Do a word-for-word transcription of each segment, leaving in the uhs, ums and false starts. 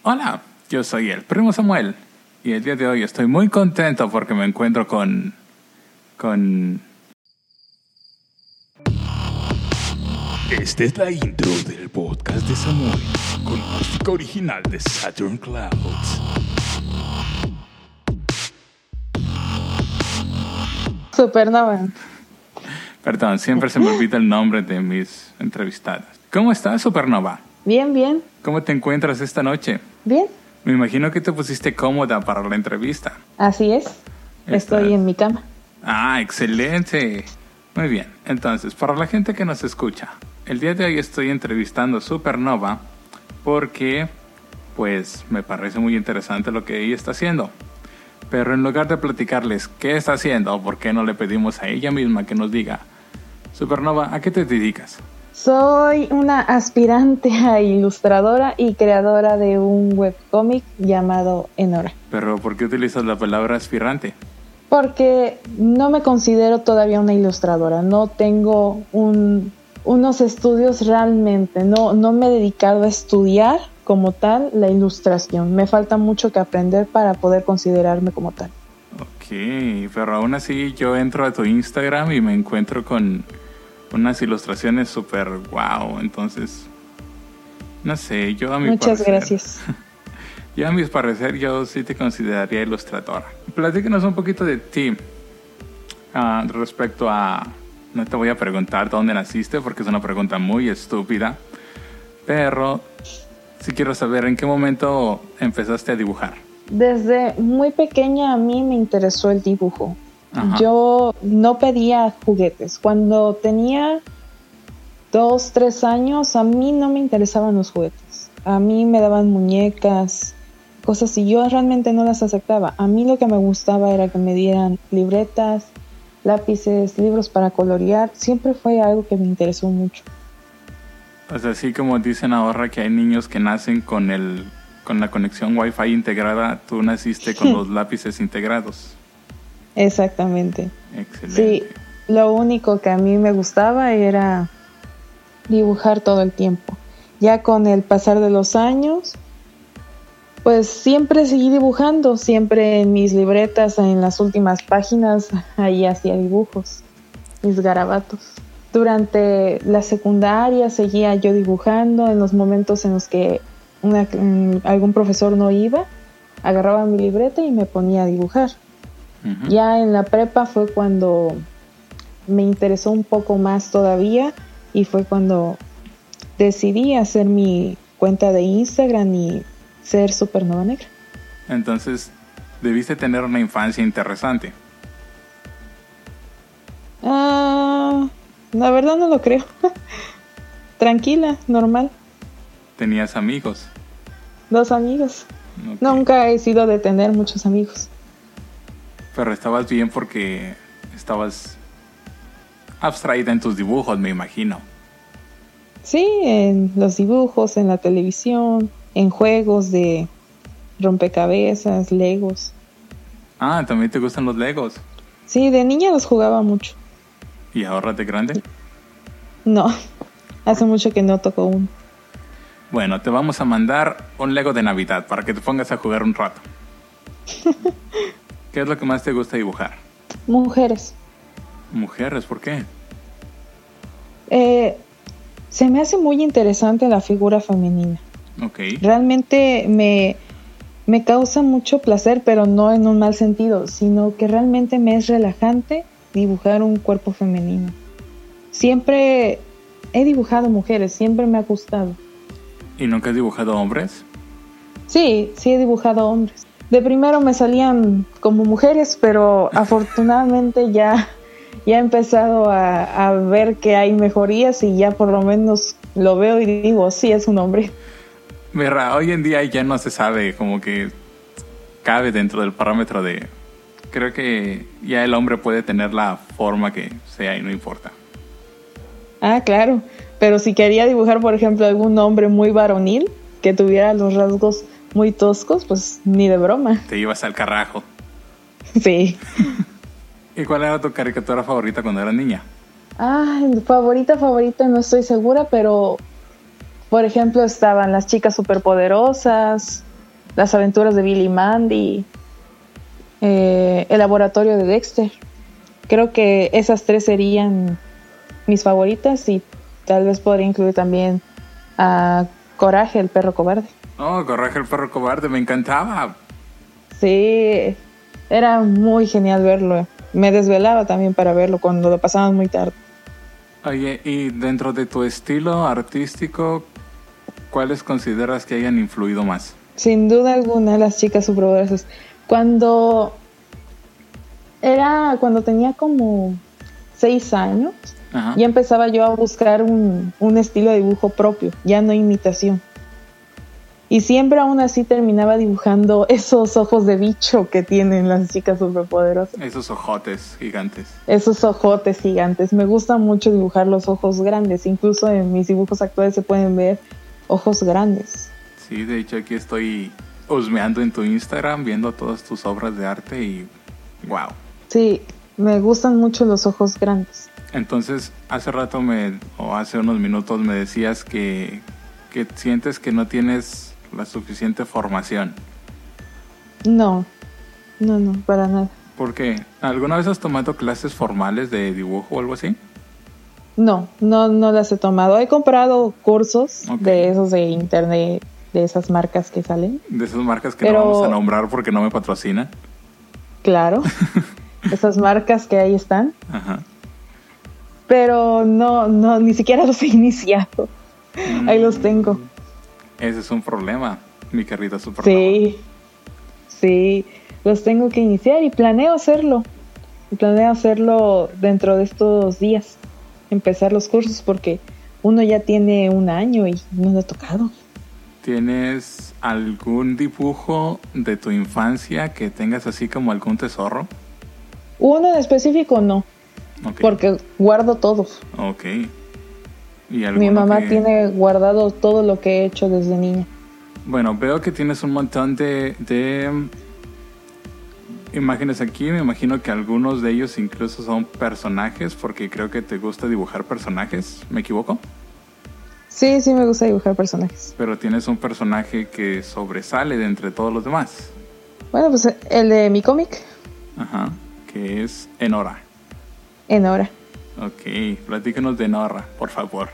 Hola, yo soy el primo Samuel y el día de hoy estoy muy contento porque me encuentro con... con... Esta es la intro del podcast de Samuel con música original de Saturn Clouds. Supernova. Perdón, siempre se me olvida el nombre de mis entrevistadas. ¿Cómo estás, Supernova? Bien, bien. ¿Cómo te encuentras esta noche? Bien. Me imagino que te pusiste cómoda para la entrevista. Así es. Estoy Estás- en mi cama. Ah, excelente. Muy bien. Entonces, para la gente que nos escucha, el día de hoy estoy entrevistando a Supernova porque, pues, me parece muy interesante lo que ella está haciendo. Pero en lugar de platicarles qué está haciendo, ¿por qué no le pedimos a ella misma que nos diga, Supernova, ¿a qué te dedicas? Soy una aspirante a ilustradora y creadora de un webcómic llamado Enora. Pero, ¿por qué utilizas la palabra aspirante? Porque no me considero todavía una ilustradora. No tengo un, unos estudios realmente. No, no me he dedicado a estudiar como tal la ilustración. Me falta mucho que aprender para poder considerarme como tal. Ok, pero aún así yo entro a tu Instagram y me encuentro con unas ilustraciones súper wow. Entonces, no sé, yo a mi Muchas parecer... gracias. Yo a mi parecer, yo sí te consideraría ilustradora. Platícanos un poquito de ti uh, respecto a... No te voy a preguntar dónde naciste porque es una pregunta muy estúpida. Pero sí quiero saber en qué momento empezaste a dibujar. Desde muy pequeña a mí me interesó el dibujo. Ajá. Yo no pedía juguetes. Cuando tenía dos, tres años, a mí no me interesaban los juguetes. A mí me daban muñecas, cosas y yo realmente no las aceptaba. A mí lo que me gustaba era que me dieran libretas, lápices, libros para colorear. Siempre fue algo que me interesó mucho. O sea, así como dicen ahora que hay niños que nacen con el con la conexión Wi-Fi integrada, tú naciste con los lápices integrados. Exactamente. Excelente. Sí, lo único que a mí me gustaba era dibujar todo el tiempo. Ya con el pasar de los años, pues siempre seguí dibujando, siempre en mis libretas, en las últimas páginas, ahí hacía dibujos, mis garabatos. Durante la secundaria seguía yo dibujando, en los momentos en los que una, algún profesor no iba, agarraba mi libreta y me ponía a dibujar. Uh-huh. Ya en la prepa fue cuando me interesó un poco más todavía y fue cuando decidí hacer mi cuenta de Instagram y ser Supernova Negra. Entonces, debiste tener una infancia interesante. Ah, la verdad no lo creo. Tranquila, normal. ¿Tenías amigos? Dos amigos. Okay. Nunca he sido de tener muchos amigos. Pero estabas bien porque estabas abstraída en tus dibujos, me imagino. Sí, en los dibujos, en la televisión, en juegos de rompecabezas, legos. Ah, ¿también te gustan los Legos? Sí, de niña los jugaba mucho. ¿Y ahora de grande? No, hace mucho que no toco uno. Bueno, te vamos a mandar un Lego de Navidad para que te pongas a jugar un rato. ¿Qué es lo que más te gusta dibujar? Mujeres. Mujeres, ¿por qué? Eh, se me hace muy interesante la figura femenina. Ok. Realmente me, me causa mucho placer, pero no en un mal sentido, sino que realmente me es relajante dibujar un cuerpo femenino. Siempre he dibujado mujeres, siempre me ha gustado. ¿Y nunca has dibujado hombres? Sí, sí he dibujado hombres. De primero me salían como mujeres, pero afortunadamente ya, ya he empezado a, a ver que hay mejorías y ya por lo menos lo veo y digo, sí, es un hombre. Mira, hoy en día ya no se sabe, como que cabe dentro del parámetro de... Creo que ya el hombre puede tener la forma que sea y no importa. Ah, claro. Pero si quería dibujar, por ejemplo, algún hombre muy varonil que tuviera los rasgos muy toscos, pues ni de broma. Te ibas al carajo. Sí. ¿Y cuál era tu caricatura favorita cuando eras niña? Ah, favorita, favorita, no estoy segura, pero por ejemplo estaban las chicas superpoderosas, Las aventuras de Billy y Mandy, eh, El laboratorio de Dexter. Creo que esas tres serían mis favoritas y tal vez podría incluir también a Coraje, el perro cobarde. Oh, Coraje, el perro cobarde, me encantaba. Sí, era muy genial verlo. Me desvelaba también para verlo cuando lo pasaban muy tarde. Oye, y dentro de tu estilo artístico, ¿cuáles consideras que hayan influido más? Sin duda alguna, las chicas superpoderosas. Cuando era, cuando tenía como seis años, Ajá. ya empezaba yo a buscar un, un estilo de dibujo propio, ya no imitación. Y siempre aún así terminaba dibujando esos ojos de bicho que tienen las chicas superpoderosas. Esos ojotes gigantes. Esos ojotes gigantes. Me gusta mucho dibujar los ojos grandes. Incluso en mis dibujos actuales se pueden ver ojos grandes. Sí, de hecho aquí estoy husmeando en tu Instagram, viendo todas tus obras de arte y wow. Sí, me gustan mucho los ojos grandes. Entonces, hace rato me, o hace unos minutos me decías que, que sientes que no tienes la suficiente formación. No, no, no, para nada. ¿Por qué? ¿Alguna vez has tomado clases formales de dibujo o algo así? No, no, no las he tomado. He comprado cursos Ok. de esos de internet, de esas marcas que salen. De esas marcas que Pero- no vamos a nombrar porque no me patrocinan. Claro, esas marcas que ahí están. Ajá. Pero no, no, ni siquiera los he iniciado. Ahí los tengo. Ese es un problema, mi querida Supernova. Sí, sí, los tengo que iniciar y planeo hacerlo. Y planeo hacerlo dentro de estos días. Empezar los cursos porque uno ya tiene un año y no le ha tocado. ¿Tienes algún dibujo de tu infancia que tengas así como algún tesoro? Uno en específico no, Ok. porque guardo todos. Ok. ¿Y Mi alguno mamá que- tiene guardado todo lo que he hecho desde niña. Bueno, veo que tienes un montón de, de mm, imágenes aquí. Me imagino que algunos de ellos incluso son personajes, porque creo que te gusta dibujar personajes. ¿Me equivoco? Sí, sí me gusta dibujar personajes. Pero tienes un personaje que sobresale de entre todos los demás. Bueno, pues el de mi cómic, Ajá. Que es Enora. Enora. Ok. Platícanos de Enora, por favor.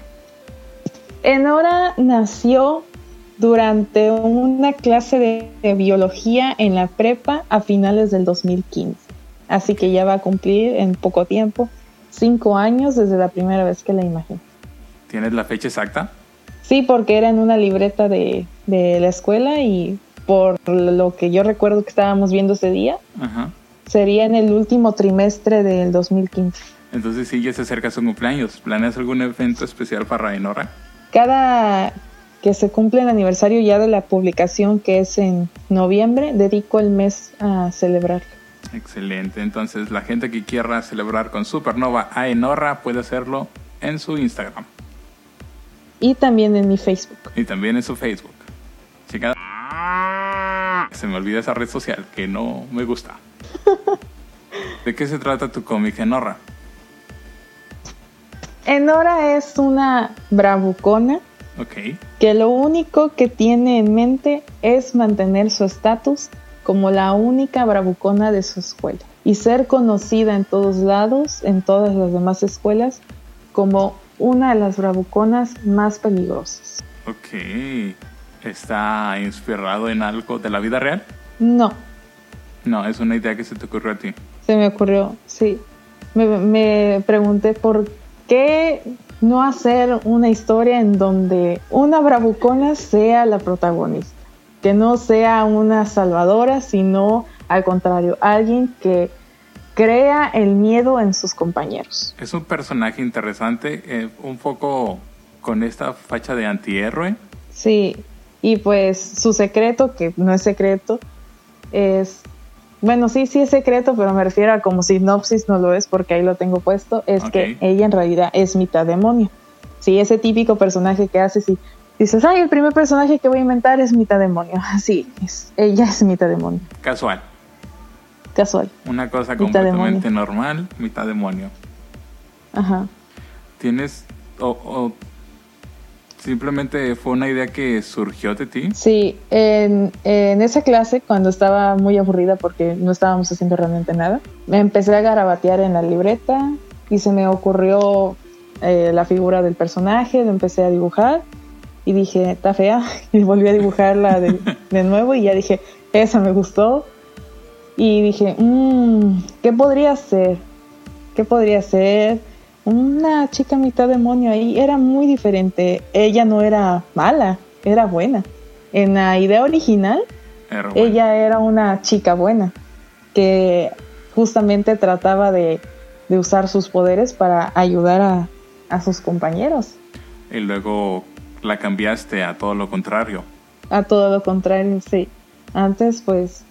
Enora nació durante una clase de, de biología en la prepa a finales del dos mil quince. Así que ya va a cumplir en poco tiempo cinco años desde la primera vez que la imaginé. ¿Tienes la fecha exacta? Sí, porque era en una libreta de, de la escuela y por lo que yo recuerdo que estábamos viendo ese día, Ajá. sería en el último trimestre del dos mil quince. Entonces sí, ya se acerca su cumpleaños. ¿Planeas algún evento especial para Enora? Cada que se cumple el aniversario ya de la publicación, que es en noviembre, dedico el mes a celebrarlo. Excelente. Entonces la gente que quiera celebrar con Supernova a Enora puede hacerlo en su Instagram Y también en mi Facebook. y también en su Facebook. Chingada. Se me olvida esa red social que no me gusta. ¿De qué se trata tu cómic, Enora? Enora es una bravucona Ok. que lo único que tiene en mente es mantener su estatus como la única bravucona de su escuela y ser conocida en todos lados, en todas las demás escuelas, como una de las bravuconas más peligrosas. Ok. ¿Está inspirado en algo de la vida real? No, No, es una idea que se te ocurrió a ti. se me ocurrió, sí. Me, me pregunté por qué no hacer una historia en donde una bravucona sea la protagonista. Que no sea una salvadora, sino al contrario, alguien que crea el miedo en sus compañeros. Es un personaje interesante, eh, un poco con esta facha de antihéroe. Sí, y pues su secreto, que no es secreto, es... Bueno, sí, sí es secreto, pero me refiero a como sinopsis, no lo es porque ahí lo tengo puesto, es Ok. que ella en realidad es mitad demonio. Sí, ese típico personaje que haces y dices, ay, el primer personaje que voy a inventar es mitad demonio. Sí, es, ella es mitad demonio. Casual. Casual. Una cosa Mitad completamente demonio. normal, mitad demonio. Ajá. Tienes... O, o ¿Simplemente fue una idea que surgió de ti? Sí, en, en esa clase, cuando estaba muy aburrida porque no estábamos haciendo realmente nada, me empecé a garabatear en la libreta y se me ocurrió eh, la figura del personaje, lo empecé a dibujar y dije, está fea, y volví a dibujarla de, de nuevo y ya dije, esa me gustó. Y dije, mmm, ¿qué podría ser? ¿Qué podría ser? Una chica mitad demonio ahí. Era muy diferente. Ella no era mala, era buena. En la idea original, Era bueno. ella era una chica buena que justamente trataba de, de usar sus poderes para ayudar a, a sus compañeros. Y luego la cambiaste a todo lo contrario. A todo lo contrario, sí. Antes, pues,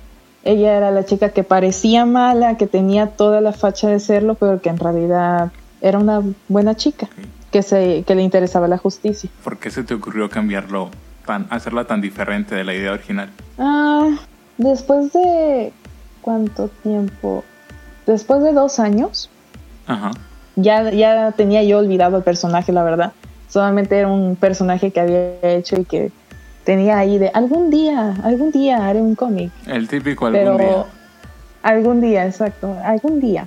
ella era la chica que parecía mala, que tenía toda la facha de serlo, pero que en realidad era una buena chica, Okay. que se que le interesaba la justicia. ¿Por qué se te ocurrió cambiarlo, tan, hacerla tan diferente de la idea original? Ah, después de... ¿Cuánto tiempo? Después de dos años, Ajá. ya, ya tenía yo olvidado el personaje, la verdad. Solamente era un personaje que había hecho y que tenía ahí de algún día, algún día haré un cómic. El típico algún Pero día. algún día, exacto, algún día.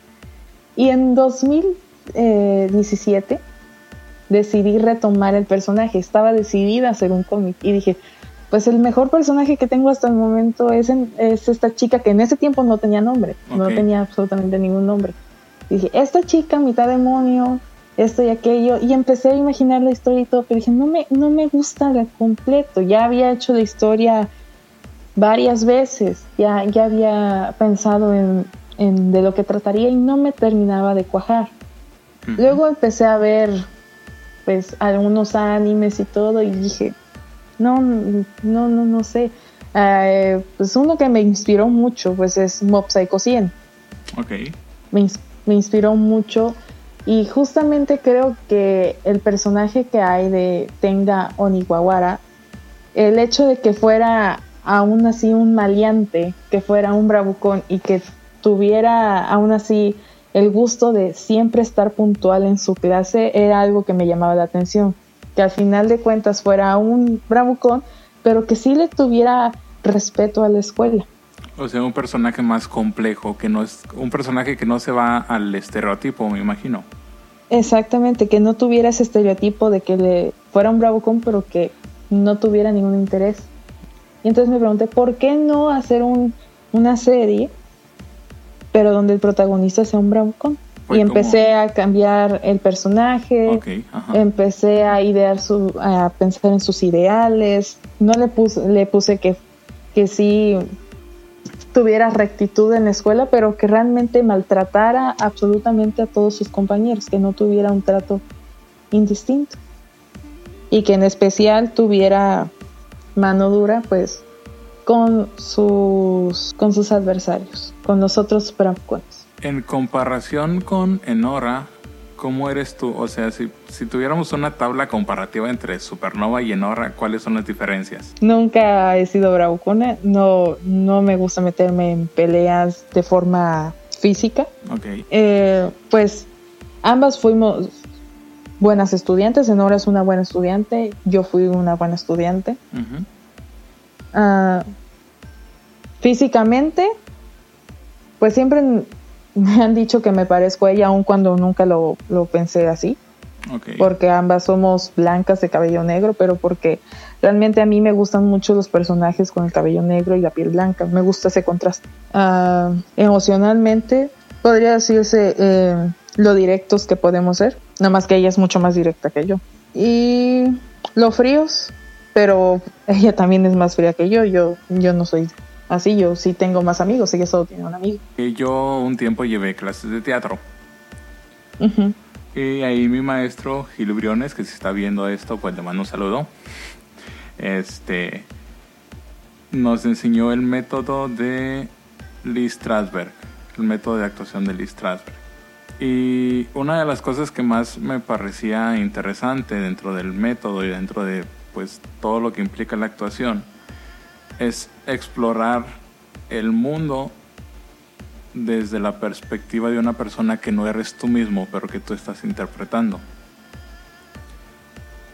Y en dos mil diecisiete decidí retomar el personaje. Estaba decidida a hacer un cómic y dije, pues el mejor personaje que tengo hasta el momento es, en, es esta chica que en ese tiempo no tenía nombre, Okay. no tenía absolutamente ningún nombre. Y dije, esta chica mitad demonio, esto y aquello, y empecé a imaginar la historia y todo, pero dije, no me, no me gusta de completo. Ya había hecho la historia varias veces, ya, ya había pensado en, en de lo que trataría y no me terminaba de cuajar. Uh-huh. Luego empecé a ver pues algunos animes y todo y dije, no, no, no, no sé. Uh, pues uno que me inspiró mucho pues es Mob Psycho cien. Ok. Me, ins- me inspiró mucho y justamente creo que el personaje que hay de Tenga Oniwawara, el hecho de que fuera aún así un maleante, que fuera un bravucón y que tuviera aún así el gusto de siempre estar puntual en su clase, era algo que me llamaba la atención. Que al final de cuentas fuera un bravucón, pero que sí le tuviera respeto a la escuela. O sea, un personaje más complejo, que no es un personaje que no se va al estereotipo, me imagino. Exactamente, que no tuviera ese estereotipo de que le fuera un bravucón, pero que no tuviera ningún interés. Y entonces me pregunté, ¿por qué no hacer un, una serie, pero donde el protagonista sea un bravucón? Pues y empecé como... a cambiar el personaje, okay, ajá. empecé a idear su, a pensar en sus ideales. No le puse, le puse que, que sí tuviera rectitud en la escuela, pero que realmente maltratara absolutamente a todos sus compañeros, que no tuviera un trato indistinto. Y que en especial tuviera mano dura, pues, con sus, con sus adversarios, con los otros bravucones. En comparación con Enora, ¿cómo eres tú? O sea, si, si tuviéramos una tabla comparativa entre Supernova y Enora, ¿cuáles son las diferencias? Nunca he sido bravucona, no, no me gusta meterme en peleas de forma física. Okay. Eh, pues ambas fuimos buenas estudiantes. Enora es una buena estudiante, yo fui una buena estudiante. Uh-huh. Uh, físicamente, pues siempre me han dicho que me parezco a ella, aun cuando nunca lo, lo pensé así. Okay. Porque ambas somos blancas de cabello negro, pero porque realmente a mí me gustan mucho los personajes con el cabello negro y la piel blanca. Me gusta ese contraste. Uh, emocionalmente, podría decirse eh, lo directos que podemos ser, nada más que ella es mucho más directa que yo. Y lo fríos, pero ella también es más fría que yo. Yo, yo no soy así, yo sí tengo más amigos, ella solo tiene un amigo. Yo un tiempo llevé clases de teatro. Uh-huh. Y ahí mi maestro, Gil Briones, que si está viendo esto, pues le mando un saludo. Este, nos enseñó el método de Lee Strasberg, el método de actuación de Lee Strasberg. Y una de las cosas que más me parecía interesante dentro del método y dentro de pues todo lo que implica la actuación es explorar el mundo desde la perspectiva de una persona que no eres tú mismo, pero que tú estás interpretando.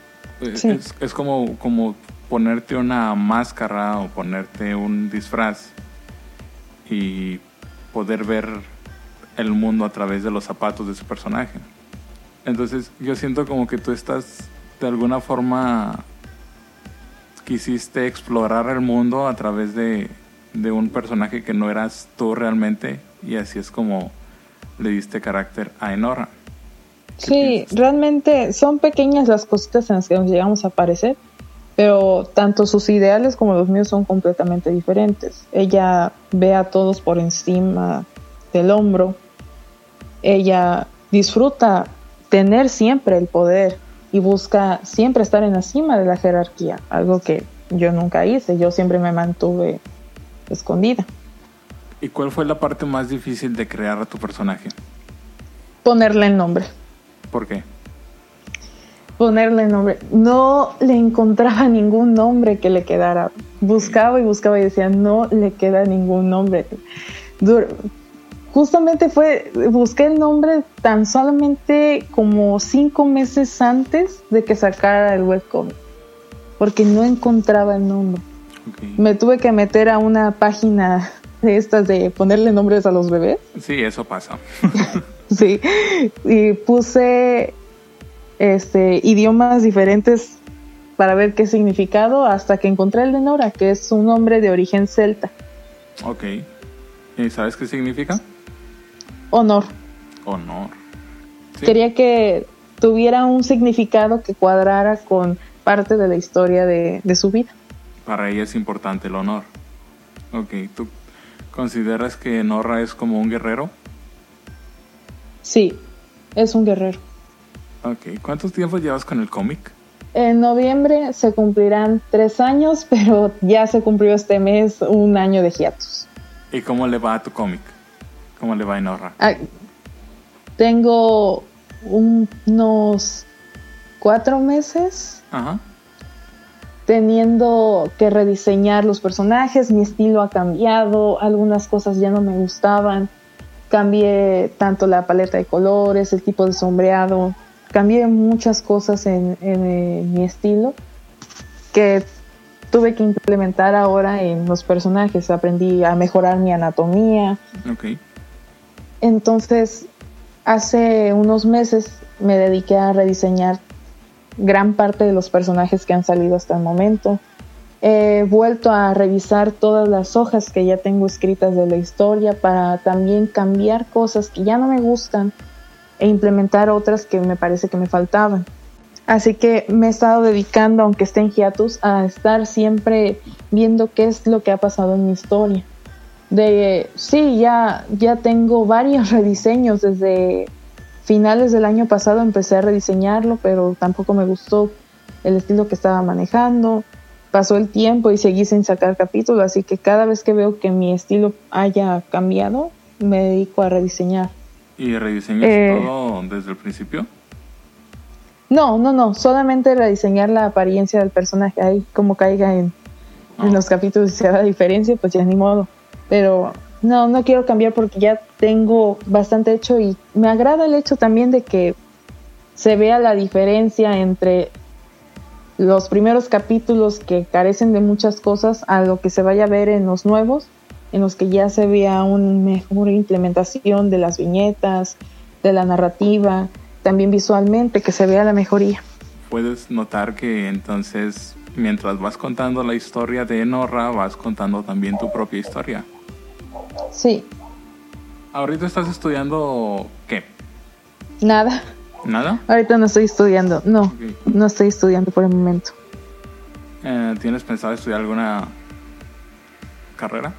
Sí. Es, es como, como ponerte una máscara o ponerte un disfraz y poder ver el mundo a través de los zapatos de ese personaje. Entonces yo siento como que tú estás de alguna forma quisiste explorar el mundo a través de, de un personaje que no eras tú realmente, y así es como le diste carácter a Enora. Sí, realmente son pequeñas las cositas en las que nos llegamos a parecer, pero tanto sus ideales como los míos son completamente diferentes. Ella ve a todos por encima del hombro. Ella disfruta tener siempre el poder y busca siempre estar en la cima de la jerarquía, algo que yo nunca hice. Yo siempre me mantuve escondida. ¿Y cuál fue la parte más difícil de crear a tu personaje? Ponerle el nombre. ¿Por qué? Ponerle el nombre. No le encontraba ningún nombre que le quedara. Buscaba y buscaba y decía, no le queda ningún nombre. Dur- Justamente fue, busqué el nombre tan solamente como cinco meses antes de que sacara el webcomic, porque no encontraba el nombre. Okay. Me tuve que meter a una página de estas de ponerle nombres a los bebés. Sí, eso pasa. Sí, y puse este idiomas diferentes para ver qué significado, hasta que encontré el de Nora, que es un nombre de origen celta. Ok. ¿Y sabes qué significa? Honor. Honor. Sí. Quería que tuviera un significado que cuadrara con parte de la historia de, de su vida. Para ella es importante el honor. Ok, ¿tú consideras que Norra es como un guerrero? Sí, es un guerrero. Ok, ¿cuántos tiempos llevas con el cómic? En noviembre se cumplirán tres años, pero ya se cumplió este mes un año de hiatus. ¿Y cómo le va a tu cómic? ¿Cómo le va a Norra? Ah, tengo un- unos cuatro meses Ajá. teniendo que rediseñar los personajes. Mi estilo ha cambiado, algunas cosas ya no me gustaban. Cambié tanto la paleta de colores, el tipo de sombreado. Cambié muchas cosas en, en, en mi estilo que tuve que implementar ahora en los personajes. Aprendí a mejorar mi anatomía. Ok. Entonces, hace unos meses me dediqué a rediseñar gran parte de los personajes que han salido hasta el momento. He vuelto a revisar todas las hojas que ya tengo escritas de la historia para también cambiar cosas que ya no me gustan e implementar otras que me parece que me faltaban. Así que me he estado dedicando, aunque esté en hiatus, a estar siempre viendo qué es lo que ha pasado en mi historia. De sí, ya, ya tengo varios rediseños. Desde finales del año pasado empecé a rediseñarlo, pero tampoco me gustó el estilo que estaba manejando. Pasó el tiempo y seguí sin sacar capítulos, así que cada vez que veo que mi estilo haya cambiado, me dedico a rediseñar. ¿Y rediseñas Eh, todo desde el principio? No, no, no, solamente rediseñar la apariencia del personaje. Ahí como caiga en, Oh. en los capítulos y se da diferencia, pues ya ni modo. Pero no, no quiero cambiar porque ya tengo bastante hecho, y me agrada el hecho también de que se vea la diferencia entre los primeros capítulos, que carecen de muchas cosas, a lo que se vaya a ver en los nuevos, en los que ya se vea una mejor implementación de las viñetas, de la narrativa, también visualmente, que se vea la mejoría. Puedes notar que entonces, mientras vas contando la historia de Norra, vas contando también tu propia historia. Sí, ¿Ahorita estás estudiando qué? nada. ¿Nada? Ahorita no estoy estudiando, no, Ok. no estoy estudiando por el momento. Eh, ¿Tienes pensado estudiar alguna carrera?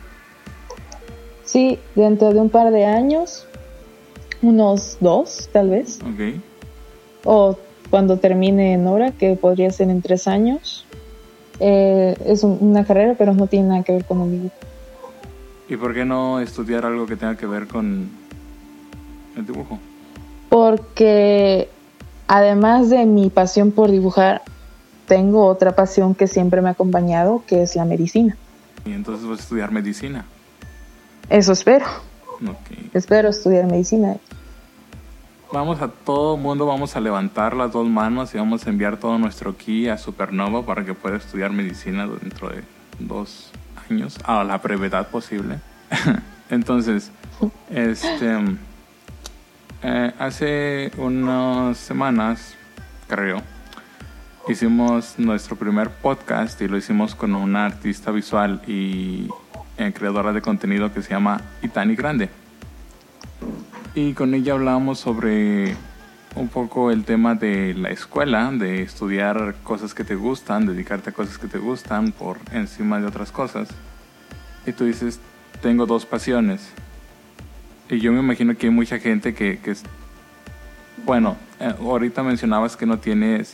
Sí, dentro de un par de años, unos dos tal vez, Ok. o cuando termine Nora, que podría ser en tres años. Eh, es un- una carrera, pero no tiene nada que ver con el dibujo. ¿Y por qué no estudiar algo que tenga que ver con el dibujo? Porque además de mi pasión por dibujar, tengo otra pasión que siempre me ha acompañado, que es la medicina. Y entonces vas a estudiar medicina. Eso espero, Ok. espero estudiar medicina. vamos a todo mundo, vamos a levantar las dos manos y vamos a enviar todo nuestro ki a Supernova para que pueda estudiar medicina dentro de dos años, a la brevedad posible. Entonces, este, eh, hace unas semanas, creo, hicimos nuestro primer podcast y lo hicimos con una artista visual y eh, creadora de contenido que se llama Itani Grande. Y con ella hablábamos sobre un poco el tema de la escuela, de estudiar cosas que te gustan, dedicarte a cosas que te gustan por encima de otras cosas. Y tú dices, tengo dos pasiones. Y yo me imagino que hay mucha gente que, que es... Bueno, eh, ahorita mencionabas que no tienes...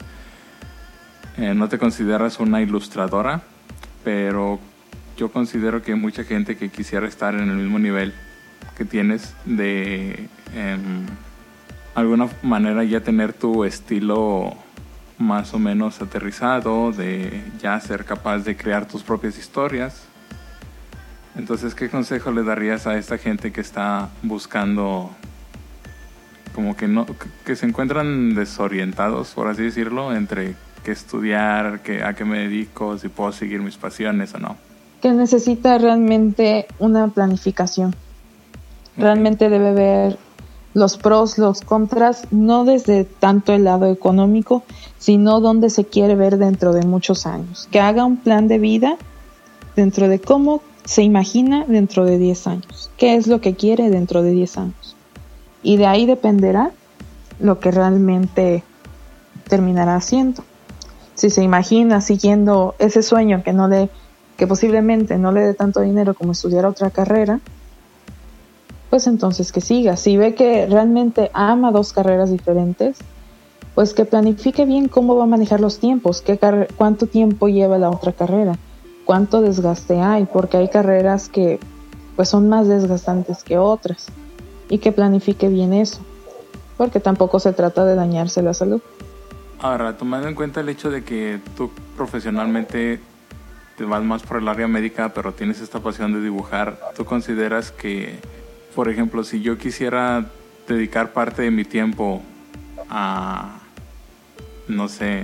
Eh, no te consideras una ilustradora, pero yo considero que hay mucha gente que quisiera estar en el mismo nivel que tienes de eh, alguna manera ya tener tu estilo más o menos aterrizado, de ya ser capaz de crear tus propias historias. Entonces, ¿qué consejo le darías a esta gente que está buscando, como que no, que se encuentran desorientados, por así decirlo, entre qué estudiar, qué, a qué me dedico, si puedo seguir mis pasiones o no? Que necesita realmente una planificación. Realmente debe ver los pros, los contras, no desde tanto el lado económico, sino donde se quiere ver dentro de muchos años. Que haga un plan de vida dentro de cómo se imagina dentro de diez años. ¿Qué es lo que quiere dentro de diez años? Y de ahí dependerá lo que realmente terminará haciendo. Si se imagina siguiendo ese sueño que no le, que posiblemente no le dé tanto dinero como estudiar otra carrera, pues entonces que siga. Si ve que realmente ama dos carreras diferentes, pues que planifique bien cómo va a manejar los tiempos, qué car- cuánto tiempo lleva la otra carrera, cuánto desgaste hay, porque hay carreras que pues son más desgastantes que otras, y que planifique bien eso, porque tampoco se trata de dañarse la salud. Ahora, tomando en cuenta el hecho de que tú profesionalmente te vas más por el área médica, pero tienes esta pasión de dibujar, ¿tú consideras que, por ejemplo, si yo quisiera dedicar parte de mi tiempo a, no sé,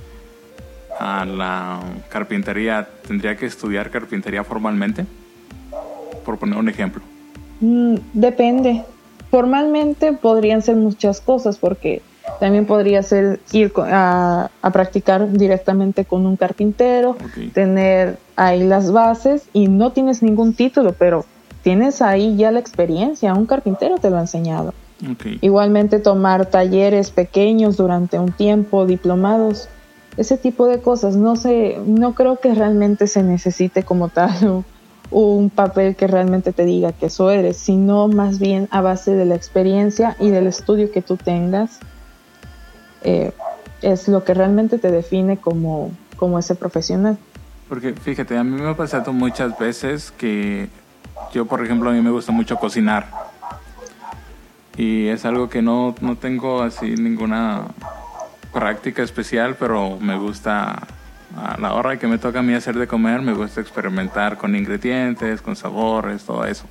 a la carpintería, tendría que estudiar carpintería formalmente? Por poner un ejemplo. Mm, depende. Formalmente podrían ser muchas cosas, porque también podría ser ir a, a practicar directamente con un carpintero, okay. Tener ahí las bases y no tienes ningún título, pero tienes ahí ya la experiencia, un carpintero te lo ha enseñado. Okay. Igualmente tomar talleres pequeños durante un tiempo, diplomados, ese tipo de cosas. No sé, no creo que realmente se necesite como tal un papel que realmente te diga que eso eres, sino más bien a base de la experiencia y del estudio que tú tengas. Eh, es lo que realmente te define como, como ese profesional. Porque fíjate, a mí me ha pasado muchas veces que yo, por ejemplo, a mí me gusta mucho cocinar y es algo que no, no tengo así ninguna práctica especial, pero me gusta, a la hora que me toca a mí hacer de comer, me gusta experimentar con ingredientes, con sabores, todo eso.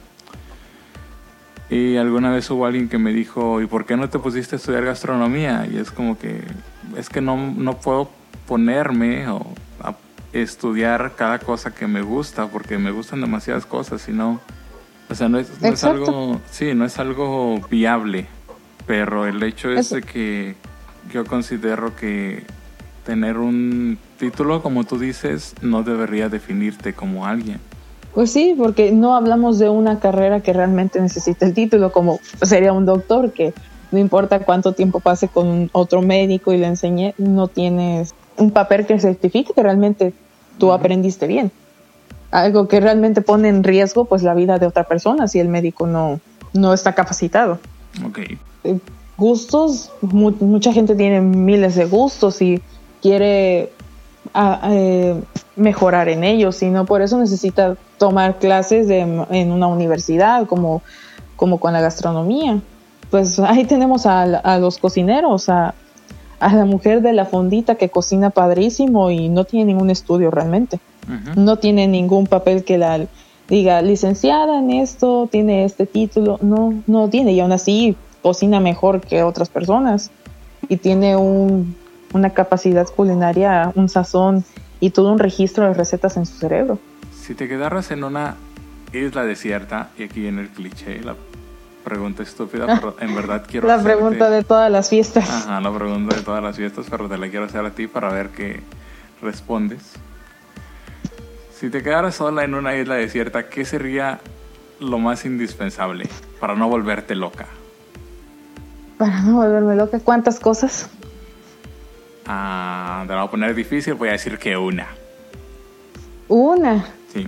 Y alguna vez hubo alguien que me dijo, ¿y por qué no te pusiste a estudiar gastronomía? Y es como que, es que no, no puedo ponerme o a estudiar cada cosa que me gusta, porque me gustan demasiadas cosas, sino, o sea, no es, no es algo, sí, no es algo viable, pero el hecho es de que yo considero que tener un título, como tú dices, no debería definirte como alguien. Pues sí, porque no hablamos de una carrera que realmente necesita el título, como sería un doctor, que no importa cuánto tiempo pase con otro médico y le enseñe, no tienes un papel que certifique que realmente tú uh-huh. aprendiste bien. Algo que realmente pone en riesgo pues la vida de otra persona si el médico no, no está capacitado. Okay. Gustos, mu- mucha gente tiene miles de gustos y quiere a, eh, mejorar en ellos, y no por eso necesita tomar clases de, en una universidad como, como con la gastronomía. Pues ahí tenemos a, a los cocineros, a, a la mujer de la fondita que cocina padrísimo y no tiene ningún estudio realmente. Uh-huh. No tiene ningún papel que la diga licenciada en esto, tiene este título, no, no tiene, y aún así cocina mejor que otras personas y tiene un, una capacidad culinaria, un sazón y todo un registro de recetas en su cerebro. Si te quedaras en una isla desierta, y aquí viene el cliché, la pregunta estúpida, pero en verdad quiero La hacerte... pregunta de todas las fiestas. Ajá, la pregunta de todas las fiestas, pero te la quiero hacer a ti para ver qué respondes. Si te quedaras sola en una isla desierta, ¿qué sería lo más indispensable para no volverte loca? Para no volverme loca, ¿cuántas cosas? Ah, te la voy a poner difícil, voy a decir que una. Una. Sí.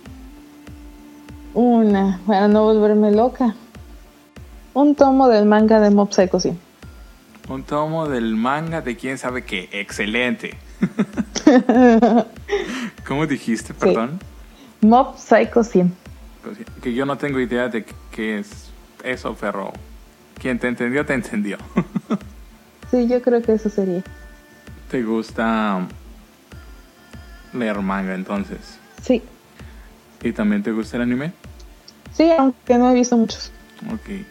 Una, para no volverme loca. Un tomo del manga de Mob Psycho cien. Un tomo del manga de quién sabe qué. Excelente. ¿Cómo dijiste, perdón? Sí. Mob Psycho cien. Que yo no tengo idea de qué es eso, pero quien te entendió, te entendió. Sí, yo creo que eso sería. ¿Te gusta leer manga entonces? Sí. ¿Y también te gusta el anime? Sí, aunque no he visto muchos. Ok.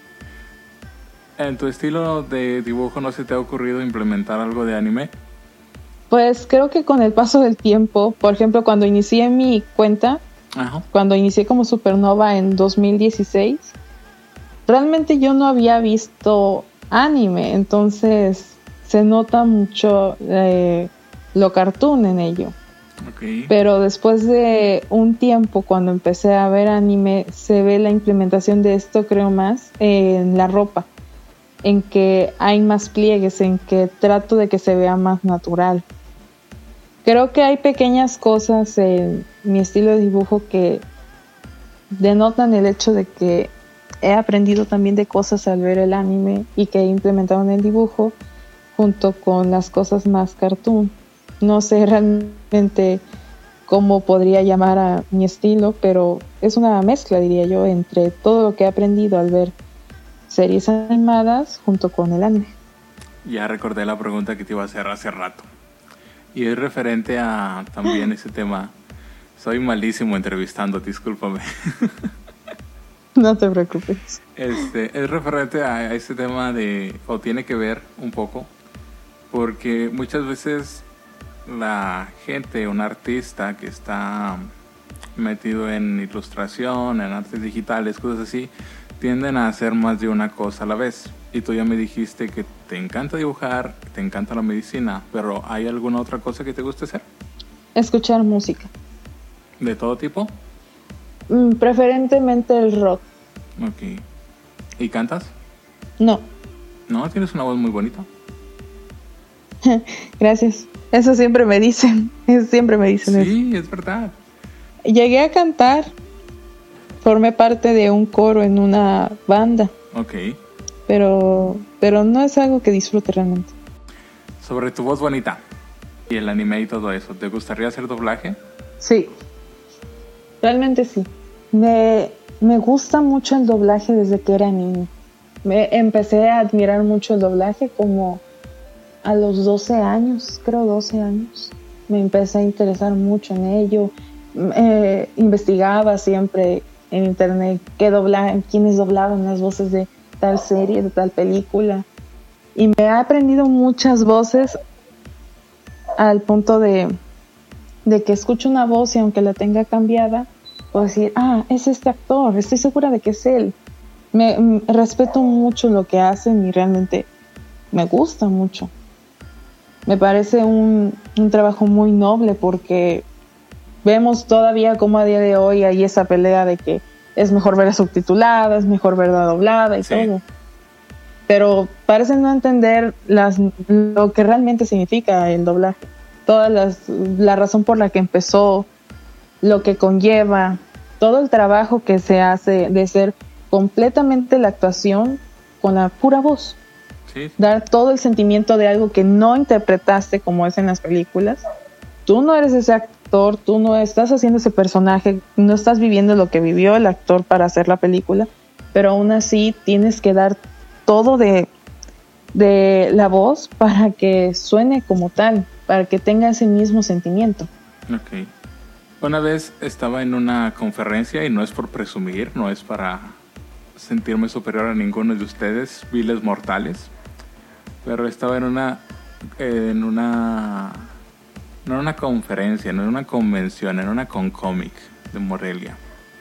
¿En tu estilo de dibujo no se te ha ocurrido implementar algo de anime? Pues creo que con el paso del tiempo, por ejemplo, cuando inicié mi cuenta, Ajá. cuando inicié como Supernova en dos mil dieciséis, realmente yo no había visto anime, entonces se nota mucho eh, lo cartoon en ello. Okay. Pero después de un tiempo, cuando empecé a ver anime, se ve la implementación de esto, creo más, en la ropa, en que hay más pliegues, en que trato de que se vea más natural. Creo que hay pequeñas cosas en mi estilo de dibujo que denotan el hecho de que he aprendido también de cosas al ver el anime y que he implementado en el dibujo junto con las cosas más cartoon. No sé realmente cómo podría llamar a mi estilo, pero es una mezcla, diría yo, entre todo lo que he aprendido al ver series animadas junto con el anime. Ya recordé la pregunta que te iba a hacer hace rato. Y es referente a también ese tema. Soy malísimo entrevistando, discúlpame. No te preocupes. Este, es referente a ese tema de, o tiene que ver un poco, porque muchas veces la gente, un artista que está metido en ilustración, en artes digitales, cosas así, tienden a hacer más de una cosa a la vez. Y tú ya me dijiste que te encanta dibujar, te encanta la medicina, pero ¿hay alguna otra cosa que te guste hacer? Escuchar música. ¿De todo tipo? Mm, preferentemente el rock. Ok. ¿Y cantas? No. No, tienes una voz muy bonita. Gracias. Eso siempre me dicen. Siempre me dicen eso. Sí, es verdad. Llegué a cantar. Formé parte de un coro en una banda. Ok. Pero, pero no es algo que disfrute realmente. Sobre tu voz bonita y el anime y todo eso, ¿te gustaría hacer doblaje? Sí. Realmente sí. Me, me gusta mucho el doblaje desde que era niño. Me empecé a admirar mucho el doblaje como a los doce años, creo doce años. Me empecé a interesar mucho en ello. Eh, investigaba siempre en internet qué doblaban, quiénes doblaban las voces de tal serie, de tal película. Y me he aprendido muchas voces al punto de, de que escucho una voz y aunque la tenga cambiada, puedo decir, ah, es este actor, estoy segura de que es él. Me, me respeto mucho lo que hacen y realmente me gusta mucho. Me parece un, un trabajo muy noble porque vemos todavía como a día de hoy hay esa pelea de que es mejor verla subtitulada, es mejor verla doblada y sí. Todo. Pero parecen no entender las, lo que realmente significa el doblaje. Toda las, la razón por la que empezó, lo que conlleva, todo el trabajo que se hace de ser completamente la actuación con la pura voz. Sí. Dar todo el sentimiento de algo que no interpretaste como es en las películas. Tú no eres ese actor, tú no estás haciendo ese personaje, no estás viviendo lo que vivió el actor para hacer la película, pero aún así tienes que dar todo de, de la voz para que suene como tal, para que tenga ese mismo sentimiento. Ok. Una vez estaba en una conferencia y no es por presumir, no es para sentirme superior a ninguno de ustedes, viles mortales. Pero estaba en una... En una... No en una conferencia, no en una convención, en una concomic de Morelia.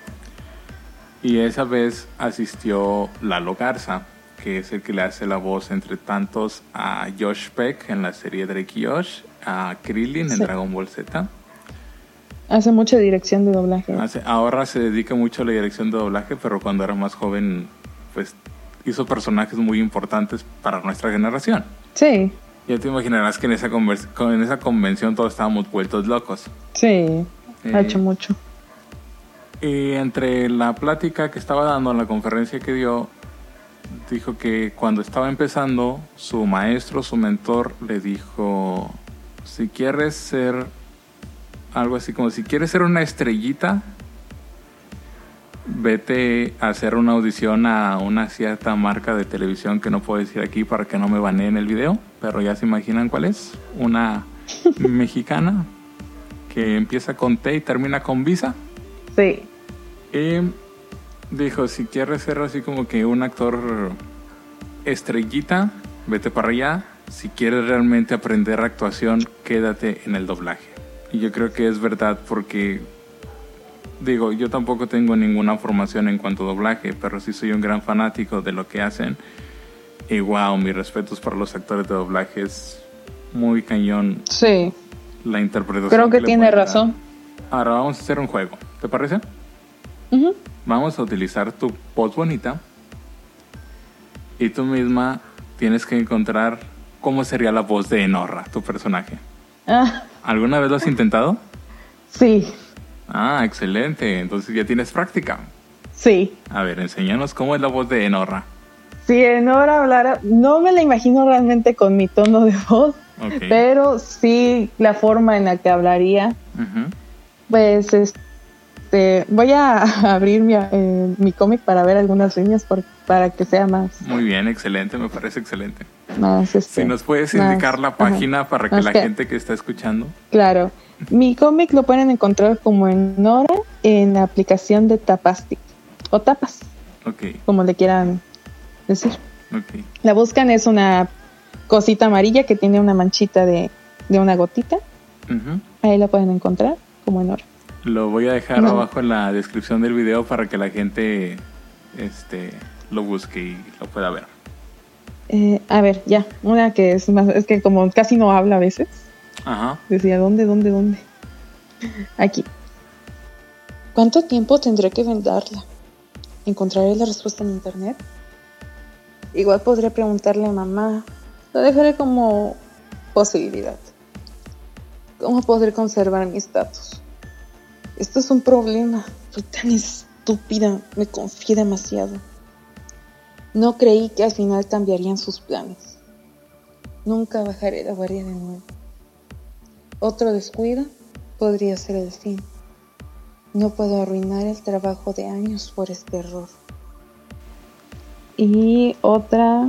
Y esa vez asistió Lalo Garza, que es el que le hace la voz entre tantos a Josh Peck en la serie Drake y Josh, a Krillin en sí. Dragon Ball Z. Hace mucha dirección de doblaje. Hace, ahora se dedica mucho a la dirección de doblaje, pero cuando era más joven, pues hizo personajes muy importantes para nuestra generación. Sí. Ya te imaginarás que en esa, convers- en esa convención todos estábamos vueltos locos. Sí, eh, ha hecho mucho. Y entre la plática que estaba dando en la conferencia que dio, dijo que cuando estaba empezando, su maestro, su mentor, le dijo: si quieres ser algo así como, si quieres ser una estrellita, vete a hacer una audición a una cierta marca de televisión que no puedo decir aquí para que no me baneen el video, pero ya se imaginan cuál es. Una mexicana que empieza con T y termina con Visa. Sí. Y dijo, si quieres ser así como que un actor estrellita, vete para allá. Si quieres realmente aprender actuación, quédate en el doblaje. Y yo creo que es verdad porque, digo, yo tampoco tengo ninguna formación en cuanto a doblaje, pero sí soy un gran fanático de lo que hacen. Y wow, mis respetos para los actores de doblaje, es muy cañón. Sí. La interpretación. Creo que, que tiene razón. Dar. Ahora vamos a hacer un juego, ¿te parece? Uh-huh. Vamos a utilizar tu voz bonita y tú misma tienes que encontrar cómo sería la voz de Enorra, tu personaje. Ah. ¿Alguna vez lo has intentado? Sí. Ah, excelente. Entonces ya tienes práctica. Sí. A ver, enséñanos cómo es la voz de Enorra. Si Enorra hablara, no me la imagino realmente con mi tono de voz, okay. Pero sí la forma en la que hablaría. Uh-huh. Pues este, voy a abrir mi, eh, mi cómic para ver algunas líneas por, para que sea más. Muy bien, excelente, me parece excelente. Más, este, si nos puedes más, indicar la página uh-huh. para que más la que, gente que está escuchando. Claro. Mi cómic lo pueden encontrar como Enorra en la aplicación de Tapastic o Tapas, okay. como le quieran decir. Okay. La buscan, es una cosita amarilla que tiene una manchita de, de una gotita. Uh-huh. Ahí la pueden encontrar como Enorra. Lo voy a dejar no. abajo en la descripción del video para que la gente este, lo busque y lo pueda ver. Eh, a ver, ya, una que es más, es que como casi no habla a veces. Ajá. Decía, ¿dónde, dónde, dónde? Aquí. ¿Cuánto tiempo tendré que venderla? ¿Encontraré la respuesta en internet? Igual podría preguntarle a mamá. Lo dejaré como posibilidad. ¿Cómo podré conservar mi estatus? Esto es un problema. Soy tan estúpida. Me confié demasiado. No creí que al final cambiarían sus planes. Nunca bajaré la guardia de nuevo. Otro descuido podría ser el fin. No puedo arruinar el trabajo de años por este error. Y otra...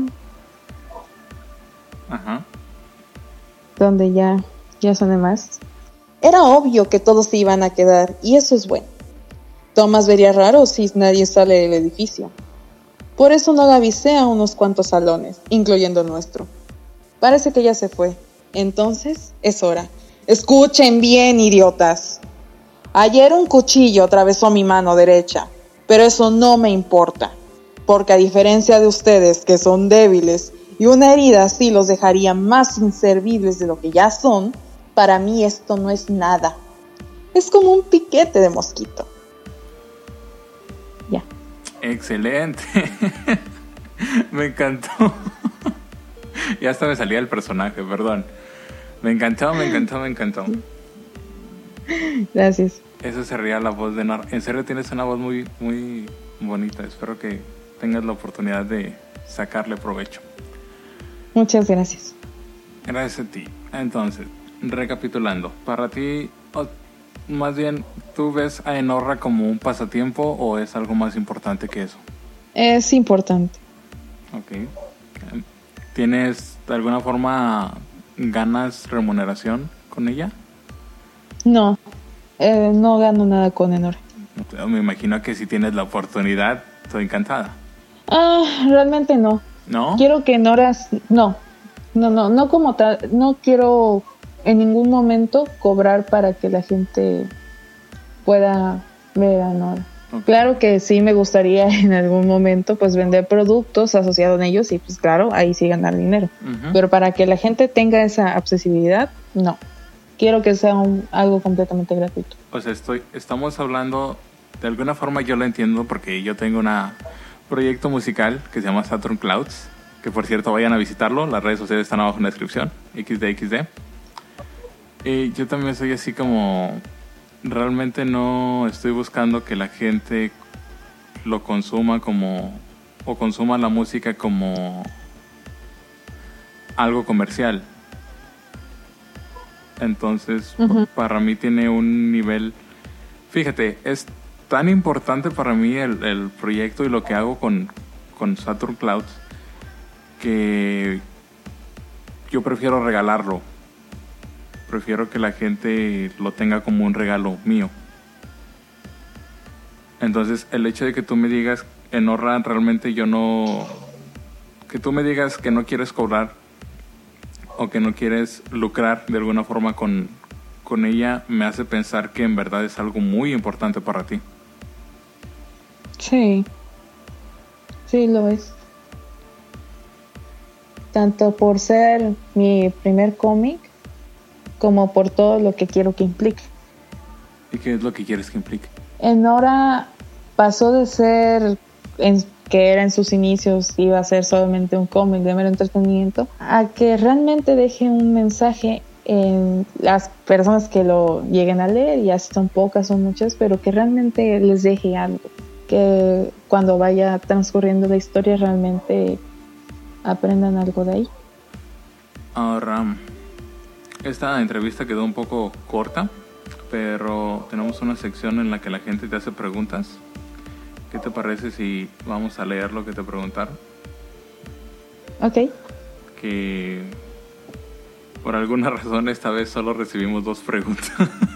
Ajá. Donde ya, ya suene más. Era obvio que todos se iban a quedar, y eso es bueno. Tomás vería raro si nadie sale del edificio. Por eso no la avisé a unos cuantos salones, incluyendo el nuestro. Parece que ya se fue. Entonces, es hora. Escuchen bien, idiotas. Ayer un cuchillo atravesó mi mano derecha, pero eso no me importa, porque a diferencia de ustedes que son débiles, y una herida así los dejaría más inservibles de lo que ya son, para mí esto no es nada. Es como un piquete de mosquito. Ya. Excelente. Me encantó. Ya hasta me salía el personaje, perdón. Me encantó, me encantó, me encantó. Gracias. Eso sería la voz de Nor. En serio tienes una voz muy, muy bonita. Espero que tengas la oportunidad de sacarle provecho. Muchas gracias. Gracias a ti. Entonces, recapitulando, para ti, o más bien, ¿tú ves a Enorra como un pasatiempo o es algo más importante que eso? Es importante. Ok. ¿Tienes de alguna forma ganas remuneración con ella? No, eh, no gano nada con Enorra. Me imagino que si tienes la oportunidad, estoy encantada. Ah, realmente no. ¿No? Quiero que Nora, no, no, no, no como tal, no quiero en ningún momento cobrar para que la gente pueda ver a Nora. Okay. Claro que sí me gustaría en algún momento pues vender productos asociados a ellos y pues claro, ahí sí ganar dinero. Uh-huh. Pero para que la gente tenga esa accesibilidad, no. Quiero que sea un, algo completamente gratuito. O sea, estoy, estamos hablando, de alguna forma yo lo entiendo porque yo tengo una... proyecto musical que se llama Saturn Clouds, que por cierto vayan a visitarlo, las redes sociales están abajo en la descripción, equis de equis de. Y yo también soy así como, realmente no estoy buscando que la gente lo consuma como, o consuma la música como algo comercial. Entonces, uh-huh. para mí tiene un nivel, fíjate, es tan importante para mí el, el proyecto y lo que hago con, con Saturn Clouds que yo prefiero regalarlo. Prefiero que la gente lo tenga como un regalo mío. Entonces, el hecho de que tú me digas, Enorra, realmente yo no... Que tú me digas que no quieres cobrar o que no quieres lucrar de alguna forma con, con ella, me hace pensar que en verdad es algo muy importante para ti. Sí, sí lo es. Tanto por ser mi primer cómic como por todo lo que quiero que implique. ¿Y qué es lo que quieres que implique? Enora pasó de ser, en, que era en sus inicios, iba a ser solamente un cómic de mero entretenimiento, a que realmente deje un mensaje en las personas que lo lleguen a leer, ya si son pocas o muchas, pero que realmente les deje algo. Que cuando vaya transcurriendo la historia realmente aprendan algo de ahí. Ahora, esta entrevista quedó un poco corta, pero tenemos una sección en la que la gente te hace preguntas. ¿Qué te parece si vamos a leer lo que te preguntaron? Ok. Que por alguna razón esta vez solo recibimos dos preguntas.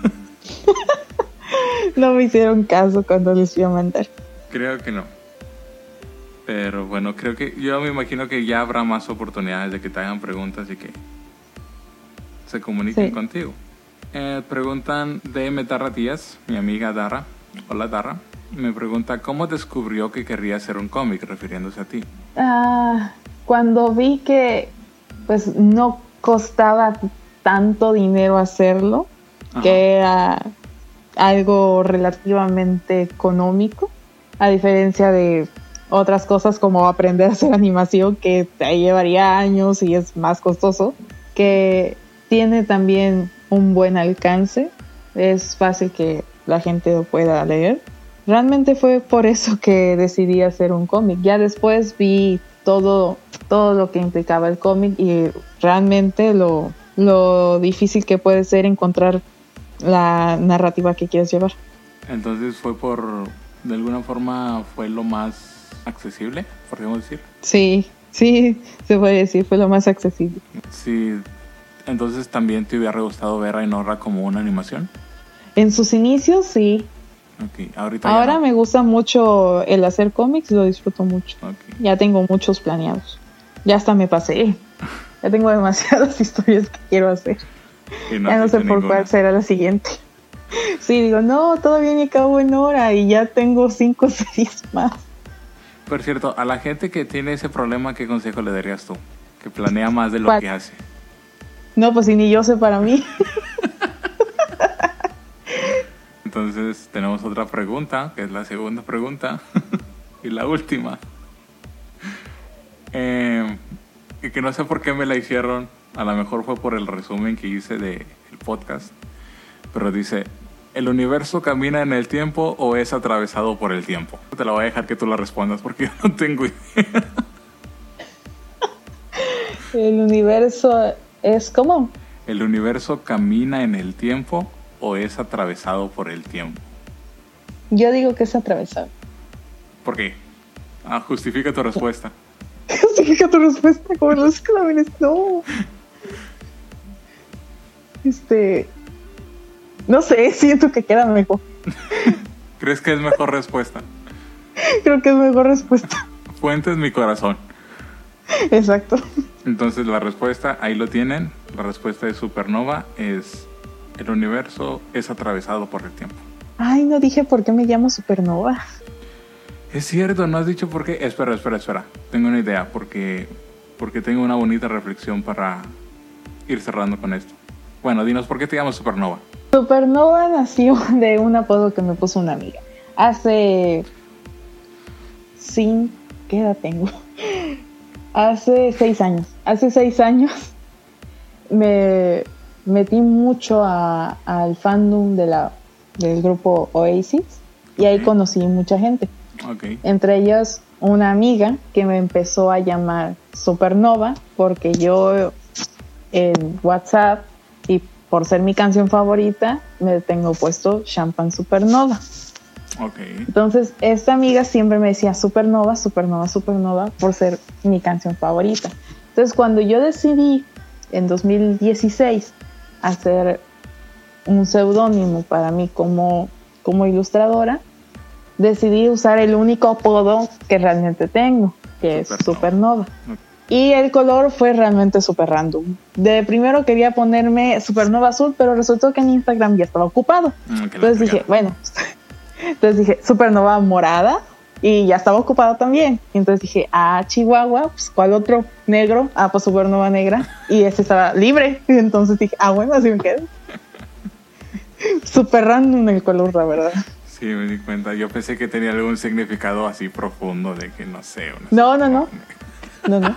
No me hicieron caso cuando les iba a mandar. Creo que no. Pero bueno, creo que yo me imagino que ya habrá más oportunidades de que te hagan preguntas y que se comuniquen sí. contigo. Eh, preguntan D M Darra Díaz, mi amiga Darra. Hola Darra. Me pregunta, ¿cómo descubrió que querría hacer un cómic, refiriéndose a ti? Ah, cuando vi que pues no costaba tanto dinero hacerlo, Ajá. que era algo relativamente económico, a diferencia de otras cosas como aprender a hacer animación, que te llevaría años y es más costoso, que tiene también un buen alcance, es fácil que la gente lo pueda leer. Realmente fue por eso que decidí hacer un cómic. Ya después vi todo, todo lo que implicaba el cómic y realmente lo, lo difícil que puede ser encontrar la narrativa que quieres llevar. Entonces fue por, de alguna forma, fue lo más accesible, podríamos decir. Sí, sí, se puede decir, fue lo más accesible. Sí, entonces también te hubiera gustado ver a Enorra como una animación. En sus inicios, sí. Okay, ahorita Ahora no. me gusta mucho el hacer cómics, lo disfruto mucho. Okay. Ya tengo muchos planeados. Ya hasta me pasé. Ya tengo demasiadas historias que quiero hacer. No ya no sé por ninguna. Cuál será la siguiente. Sí, digo, no, todavía ni acabo en hora y ya tengo cinco series más. Por cierto, a la gente que tiene ese problema, ¿qué consejo le darías tú? Que planea más de lo ¿Cuál? que hace. No, pues si ni yo sé para mí. Entonces tenemos otra pregunta, que es la segunda pregunta y la última. Eh, y que no sé por qué me la hicieron, a lo mejor fue por el resumen que hice del podcast, pero dice, ¿el universo camina en el tiempo o es atravesado por el tiempo? Te la voy a dejar que tú la respondas porque yo no tengo idea. ¿El universo es cómo? ¿El universo camina en el tiempo o es atravesado por el tiempo? Yo digo que es atravesado. ¿Por qué? Ah, justifica tu respuesta. Justifica tu respuesta, como los exámenes, no. Este... No sé, siento que queda mejor. ¿Crees que es mejor respuesta? Creo que es mejor respuesta. fuentes, mi corazón. Exacto. Entonces la respuesta, ahí lo tienen. La respuesta de supernova es: el universo es atravesado por el tiempo. Ay, no dije por qué me llamo supernova. Es cierto, no has dicho por qué. Espera, espera, espera. Tengo una idea, porque, porque tengo una bonita reflexión para ir cerrando con esto. Bueno, dinos, ¿por qué te llamas supernova? Supernova nació de un apodo que me puso una amiga. Hace... Sin... ¿Qué edad tengo? Hace seis años. Hace seis años me metí mucho a, al fandom de la, del grupo Oasis y ahí conocí mucha gente. Okay. Entre ellas una amiga que me empezó a llamar Supernova porque yo en WhatsApp y por ser mi canción favorita me tengo puesto Champagne Supernova. Okay. Entonces esta amiga siempre me decía Supernova, Supernova, Supernova por ser mi canción favorita. Entonces cuando yo decidí en dos mil dieciséis hacer un seudónimo para mí como, como ilustradora, decidí usar el único apodo que realmente tengo, que es Supernova. Y el color fue realmente súper random. De primero quería ponerme Supernova azul, pero resultó que en Instagram ya estaba ocupado. Mm, entonces dije, bueno, entonces dije Supernova morada y ya estaba ocupado también. Y entonces dije, ah, Chihuahua, pues ¿cuál otro negro? Ah, pues Supernova negra. Y ese estaba libre. Y entonces dije, ah, bueno, así me quedo. Súper random el color, la verdad. Sí, me di cuenta. Yo pensé que tenía algún significado así profundo de que, no sé. Una no, no, no. No, no.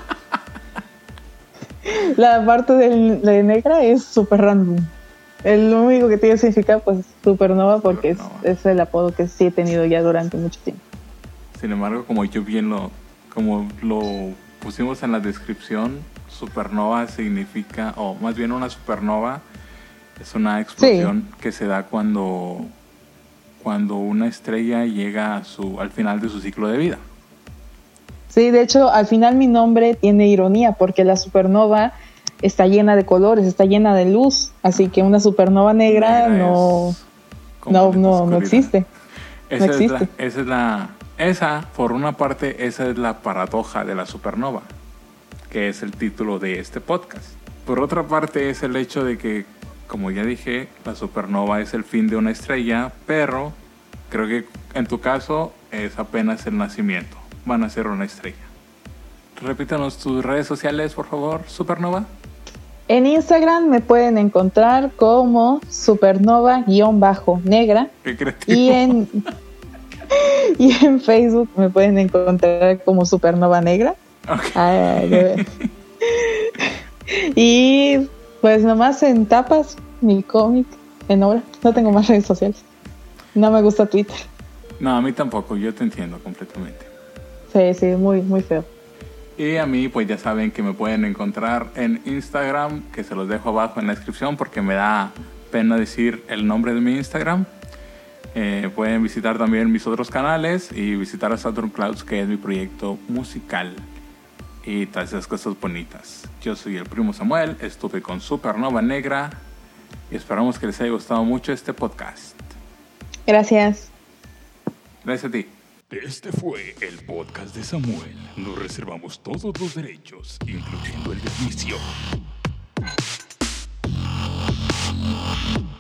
La parte del, de negra es súper random. El único que tiene significado, pues, Supernova, porque Supernova. Es, es el apodo que sí he tenido ya durante mucho tiempo. Sin embargo, como yo bien lo, como lo pusimos en la descripción, Supernova significa, o más bien una supernova, es una explosión sí. que se da cuando, cuando una estrella llega a su, al final de su ciclo de vida. Sí, de hecho, al final mi nombre tiene ironía porque la supernova está llena de colores, está llena de luz, así que una supernova negra, negra no, no, no, no existe. Esa no existe. Es la, esa es la, esa, por una parte, esa es la paradoja de la supernova, que es el título de este podcast. Por otra parte, es el hecho de que, como ya dije, la supernova es el fin de una estrella, pero creo que en tu caso es apenas el nacimiento. Van a ser una estrella. Repítanos tus redes sociales, por favor, Supernova. En Instagram me pueden encontrar como supernova-negra. Qué creativo. Y en, y en Facebook me pueden encontrar como Supernova Negra. Okay. Ay, y pues nomás en tapas, mi cómic, en obra. No tengo más redes sociales. No me gusta Twitter. No, a mí tampoco. Yo te entiendo completamente. Sí, sí, muy, muy feo. Y a mí, pues ya saben que me pueden encontrar en Instagram, que se los dejo abajo en la descripción porque me da pena decir el nombre de mi Instagram. Eh, pueden visitar también mis otros canales y visitar a Saturn Clouds, que es mi proyecto musical y todas esas cosas bonitas. Yo soy el primo Samuel, estuve con Supernova Negra y esperamos que les haya gustado mucho este podcast. Gracias. Gracias a ti. Este fue el podcast de Samuel. Nos reservamos todos los derechos, incluyendo el de edición.